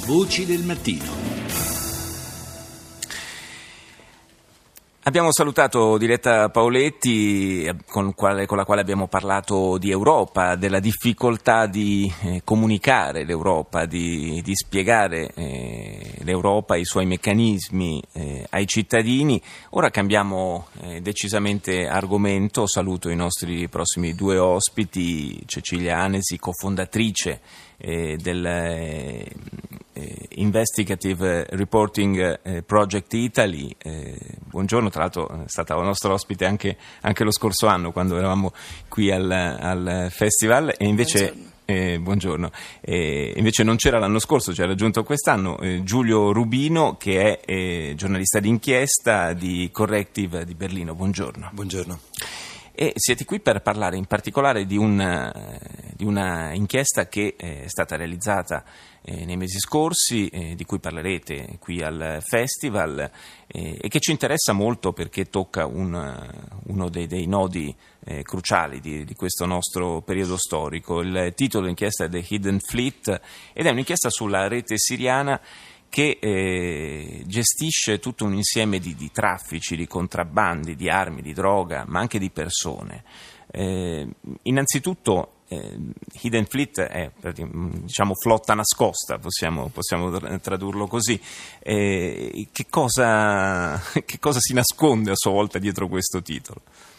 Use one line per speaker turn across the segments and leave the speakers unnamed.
Voci del mattino.
Abbiamo salutato Diletta Paoletti con la quale abbiamo parlato di Europa, della difficoltà di comunicare l'Europa, di spiegare l'Europa, i suoi meccanismi ai cittadini. Ora cambiamo decisamente argomento. Saluto i nostri prossimi due ospiti, Cecilia Anesi, cofondatrice del Investigative Reporting Project Italy. Buongiorno, tra l'altro è stata nostra ospite anche lo scorso anno quando eravamo qui al festival, e invece buongiorno. Invece non c'era l'anno scorso, ci ha raggiunto quest'anno Giulio Rubino, che è giornalista d'inchiesta di Corrective di Berlino. Buongiorno.
Buongiorno.
E siete qui per parlare in particolare di una inchiesta che è stata realizzata nei mesi scorsi, di cui parlerete qui al festival, e che ci interessa molto perché tocca uno dei nodi cruciali di questo nostro periodo storico. Il titolo dell'inchiesta è The Hidden Fleet ed è un'inchiesta sulla rete siriana che gestisce tutto un insieme di traffici, di contrabbandi, di armi, di droga, ma anche di persone. Innanzitutto Hidden Fleet è, diciamo, flotta nascosta, possiamo tradurlo così. Che cosa si nasconde a sua volta dietro questo titolo?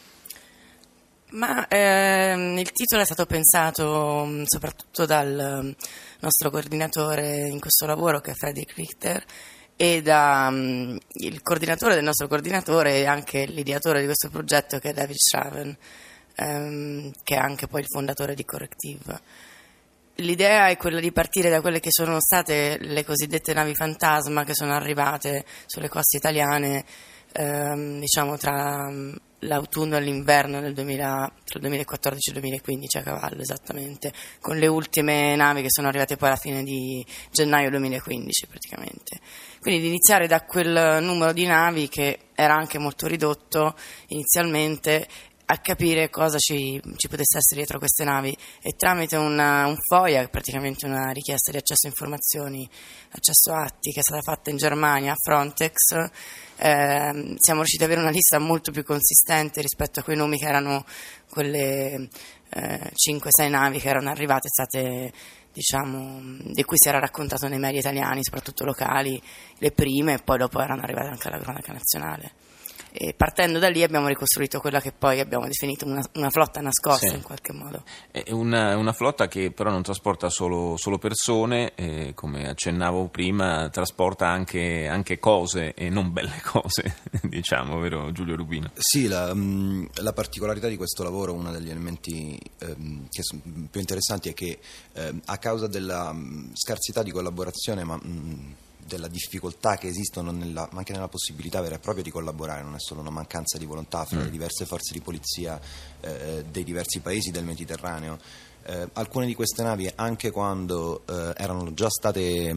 Ma il titolo è stato pensato soprattutto dal nostro coordinatore in questo lavoro, che è Fredrik Richter, e il coordinatore del nostro coordinatore e anche l'ideatore di questo progetto, che è David Schraven, che è anche poi il fondatore di Corrective. L'idea è quella di partire da quelle che sono state le cosiddette navi fantasma che sono arrivate sulle coste italiane, diciamo tra l'autunno e l'inverno tra il 2014 e il 2015, a cavallo esattamente, con le ultime navi che sono arrivate poi alla fine di gennaio 2015 praticamente. Quindi di iniziare da quel numero di navi, che era anche molto ridotto inizialmente, a capire cosa ci potesse essere dietro queste navi, e tramite un FOIA, praticamente una richiesta di accesso a informazioni, accesso a atti, che è stata fatta in Germania a Frontex, siamo riusciti ad avere una lista molto più consistente rispetto a quei nomi che erano quelle 5-6 navi che erano arrivate, state, diciamo, di cui si era raccontato nei media italiani, soprattutto locali, le prime, e poi dopo erano arrivate anche alla cronaca nazionale. E partendo da lì abbiamo ricostruito quella che poi abbiamo definito una flotta nascosta, sì, in qualche modo.
È una flotta che però non trasporta solo persone, come accennavo prima, trasporta anche cose, e non belle cose, diciamo, vero Giulio Rubino?
Sì, la particolarità di questo lavoro, uno degli elementi che sono più interessanti, è che a causa della scarsità di collaborazione, ma della difficoltà che esistono anche nella possibilità vera e propria di collaborare, non è solo una mancanza di volontà fra le diverse forze di polizia dei diversi paesi del Mediterraneo. Alcune di queste navi, anche quando erano già state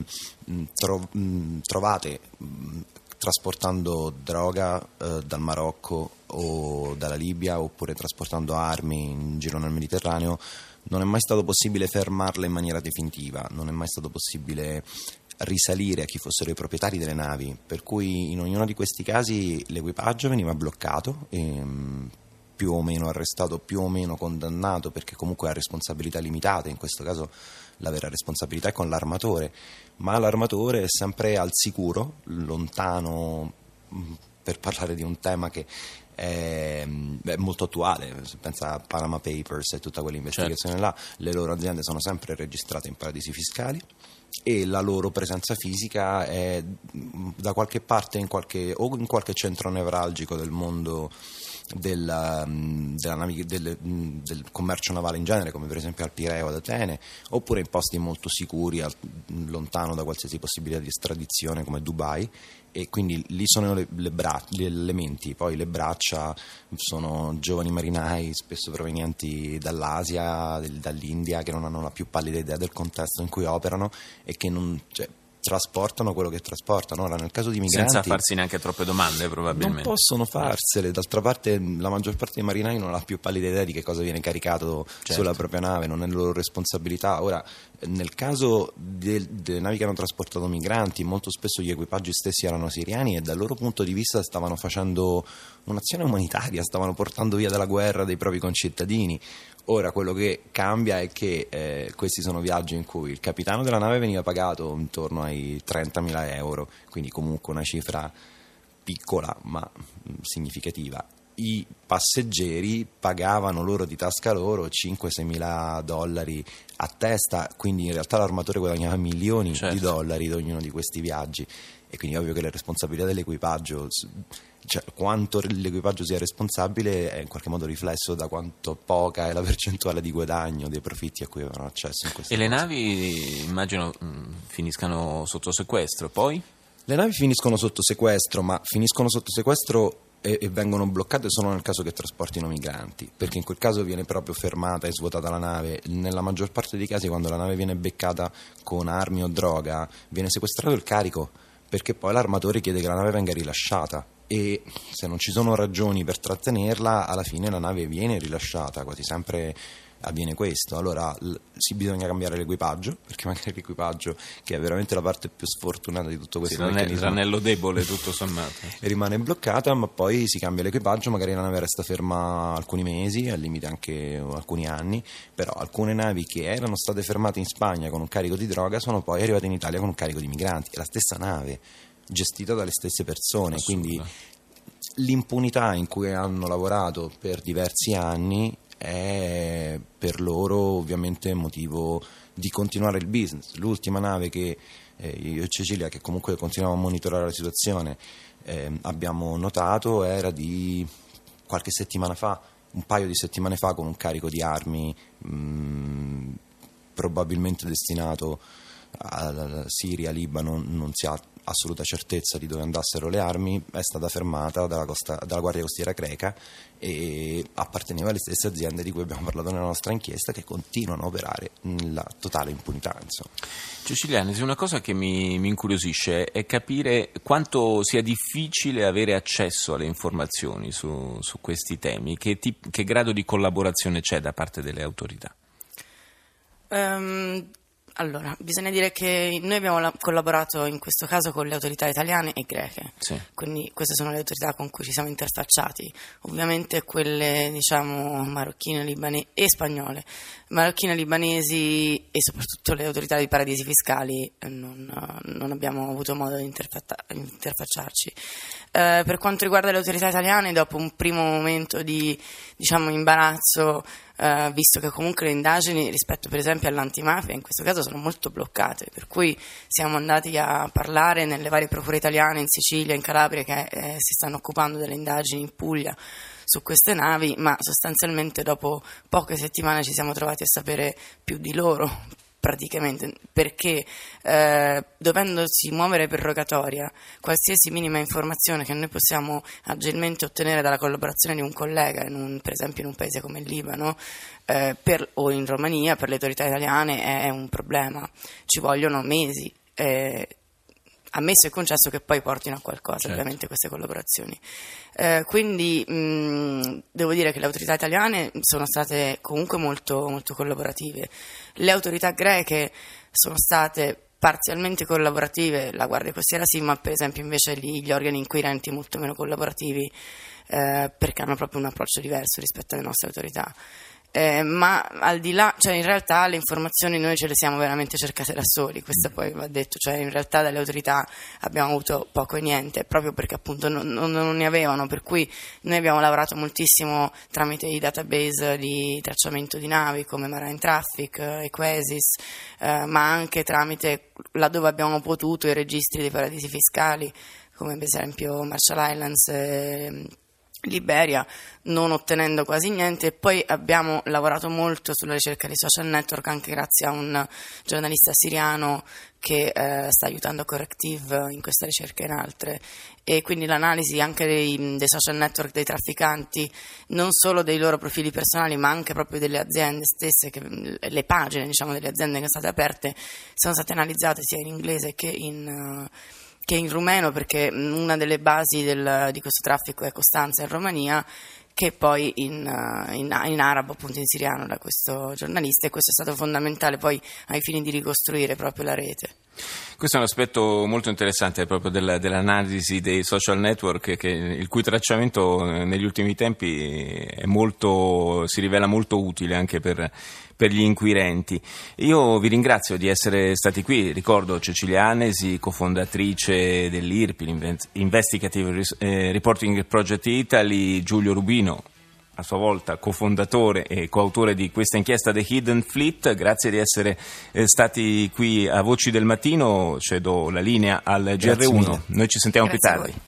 trovate trasportando droga dal Marocco o dalla Libia, oppure trasportando armi in giro nel Mediterraneo, non è mai stato possibile fermarle in maniera definitiva, non è mai stato possibile risalire a chi fossero i proprietari delle navi, per cui in ognuno di questi casi l'equipaggio veniva bloccato, più o meno arrestato, più o meno condannato, perché comunque ha responsabilità limitate. In questo caso la vera responsabilità è con l'armatore, ma l'armatore è sempre al sicuro, lontano, per parlare di un tema che è molto attuale. Se pensa a Panama Papers e tutta quell'investigazione, certo, là, le loro aziende sono sempre registrate in paradisi fiscali, e la loro presenza fisica è da qualche parte in qualche centro nevralgico del mondo del commercio navale in genere, come per esempio al Pireo, ad Atene, oppure in posti molto sicuri, lontano da qualsiasi possibilità di estradizione, come Dubai. E quindi lì sono gli elementi. Poi le braccia sono giovani marinai, spesso provenienti dall'Asia, dall'India, che non hanno la più pallida idea del contesto in cui operano, e che trasportano quello che trasportano. Ora, nel caso di migranti,
senza farsi neanche troppe domande, probabilmente.
Non possono farsele. D'altra parte, la maggior parte dei marinai non ha più pallida idea di che cosa viene caricato sulla propria nave, non è loro responsabilità. Ora, nel caso delle navi che hanno trasportato migranti, molto spesso gli equipaggi stessi erano siriani e dal loro punto di vista stavano facendo un'azione umanitaria, stavano portando via dalla guerra dei propri concittadini. Ora, quello che cambia è che questi sono viaggi in cui il capitano della nave veniva pagato intorno ai 30.000 euro, quindi comunque una cifra piccola ma significativa. I passeggeri pagavano loro di tasca loro 5-6 mila dollari a testa, quindi in realtà l'armatore guadagnava milioni di dollari da ognuno di questi viaggi, e quindi è ovvio che la responsabilità dell'equipaggio, cioè quanto l'equipaggio sia responsabile, è in qualche modo riflesso da quanto poca è la percentuale di guadagno dei profitti a cui avevano accesso in queste
E le
cose.
navi immagino finiscano sotto sequestro, poi?
Le navi finiscono sotto sequestro, ma finiscono sotto sequestro e vengono bloccate solo nel caso che trasportino migranti, perché in quel caso viene proprio fermata e svuotata la nave. Nella maggior parte dei casi, quando la nave viene beccata con armi o droga, viene sequestrato il carico, perché poi l'armatore chiede che la nave venga rilasciata, e se non ci sono ragioni per trattenerla, alla fine la nave viene rilasciata. Quasi sempre avviene questo. Allora bisogna cambiare l'equipaggio, perché magari l'equipaggio, che è veramente la parte più sfortunata di tutto questo,
non è l'anello debole tutto sommato,
e rimane bloccata, ma poi si cambia l'equipaggio, magari la nave resta ferma alcuni mesi, al limite anche alcuni anni. Però alcune navi che erano state fermate in Spagna con un carico di droga sono poi arrivate in Italia con un carico di migranti, è la stessa nave gestita dalle stesse persone.
Assurdo.
Quindi l'impunità in cui hanno lavorato per diversi anni è per loro ovviamente motivo di continuare il business. L'ultima nave che io e Cecilia, che comunque continuiamo a monitorare la situazione, abbiamo notato era di qualche settimana fa, un paio di settimane fa, con un carico di armi probabilmente destinato a Siria, Libano, non si ha assoluta certezza di dove andassero le armi. È stata fermata dalla Guardia Costiera greca e apparteneva alle stesse aziende di cui abbiamo parlato nella nostra inchiesta, che continuano a operare nella totale impunità, insomma.
Ceciliani, una cosa che mi incuriosisce è capire quanto sia difficile avere accesso alle informazioni su questi temi. Che grado di collaborazione c'è da parte delle autorità?
Allora, bisogna dire che noi abbiamo collaborato in questo caso con le autorità italiane e greche,
sì.
Quindi queste sono le autorità con cui ci siamo interfacciati. Ovviamente quelle, diciamo, marocchine, libanesi e spagnole. Marocchine, libanesi e soprattutto le autorità dei paradisi fiscali non abbiamo avuto modo di interfacciarci. Per quanto riguarda le autorità italiane, dopo un primo momento di, diciamo, imbarazzo, visto che comunque le indagini rispetto per esempio all'antimafia in questo caso sono molto bloccate, per cui siamo andati a parlare nelle varie procure italiane in Sicilia, in Calabria, che si stanno occupando delle indagini in Puglia su queste navi, ma sostanzialmente dopo poche settimane ci siamo trovati a sapere più di loro, praticamente, perché dovendosi muovere per rogatoria, qualsiasi minima informazione che noi possiamo agilmente ottenere dalla collaborazione di un collega, per esempio in un paese come il Libano o in Romania, per le autorità italiane è un problema, ci vogliono mesi, ammesso e concesso che poi portino a qualcosa, certo, ovviamente queste collaborazioni. Quindi devo dire che le autorità italiane sono state comunque molto, molto collaborative. Le autorità greche sono state parzialmente collaborative, la Guardia Costiera sì, ma per esempio invece lì gli organi inquirenti molto meno collaborativi, perché hanno proprio un approccio diverso rispetto alle nostre autorità. Ma al di là, cioè in realtà le informazioni noi ce le siamo veramente cercate da soli, questo poi va detto, cioè in realtà dalle autorità abbiamo avuto poco e niente, proprio perché appunto non ne avevano, per cui noi abbiamo lavorato moltissimo tramite i database di tracciamento di navi come Marine Traffic, Equasis, ma anche tramite, laddove abbiamo potuto, i registri dei paradisi fiscali come per esempio Marshall Islands Liberia, non ottenendo quasi niente. E poi abbiamo lavorato molto sulla ricerca di social network, anche grazie a un giornalista siriano che sta aiutando Corrective in questa ricerca e in altre, e quindi l'analisi anche dei social network dei trafficanti, non solo dei loro profili personali ma anche proprio delle aziende stesse, le pagine, diciamo, delle aziende che sono state aperte sono state analizzate sia in inglese che in rumeno, perché una delle basi di questo traffico è Costanza in Romania, che poi in arabo, appunto in siriano, da questo giornalista, e questo è stato fondamentale poi ai fini di ricostruire proprio la rete.
Questo è un aspetto molto interessante proprio dell'analisi dei social network, il cui tracciamento negli ultimi tempi si rivela molto utile anche per gli inquirenti. Io vi ringrazio di essere stati qui. Ricordo Cecilia Annesi, cofondatrice dell'IRPI, Investigative Reporting Project Italy, Giulio Rubino, a sua volta cofondatore e coautore di questa inchiesta The Hidden Fleet. Grazie di essere stati qui a Voci del Mattino. Cedo la linea al GR1. Noi ci sentiamo più tardi.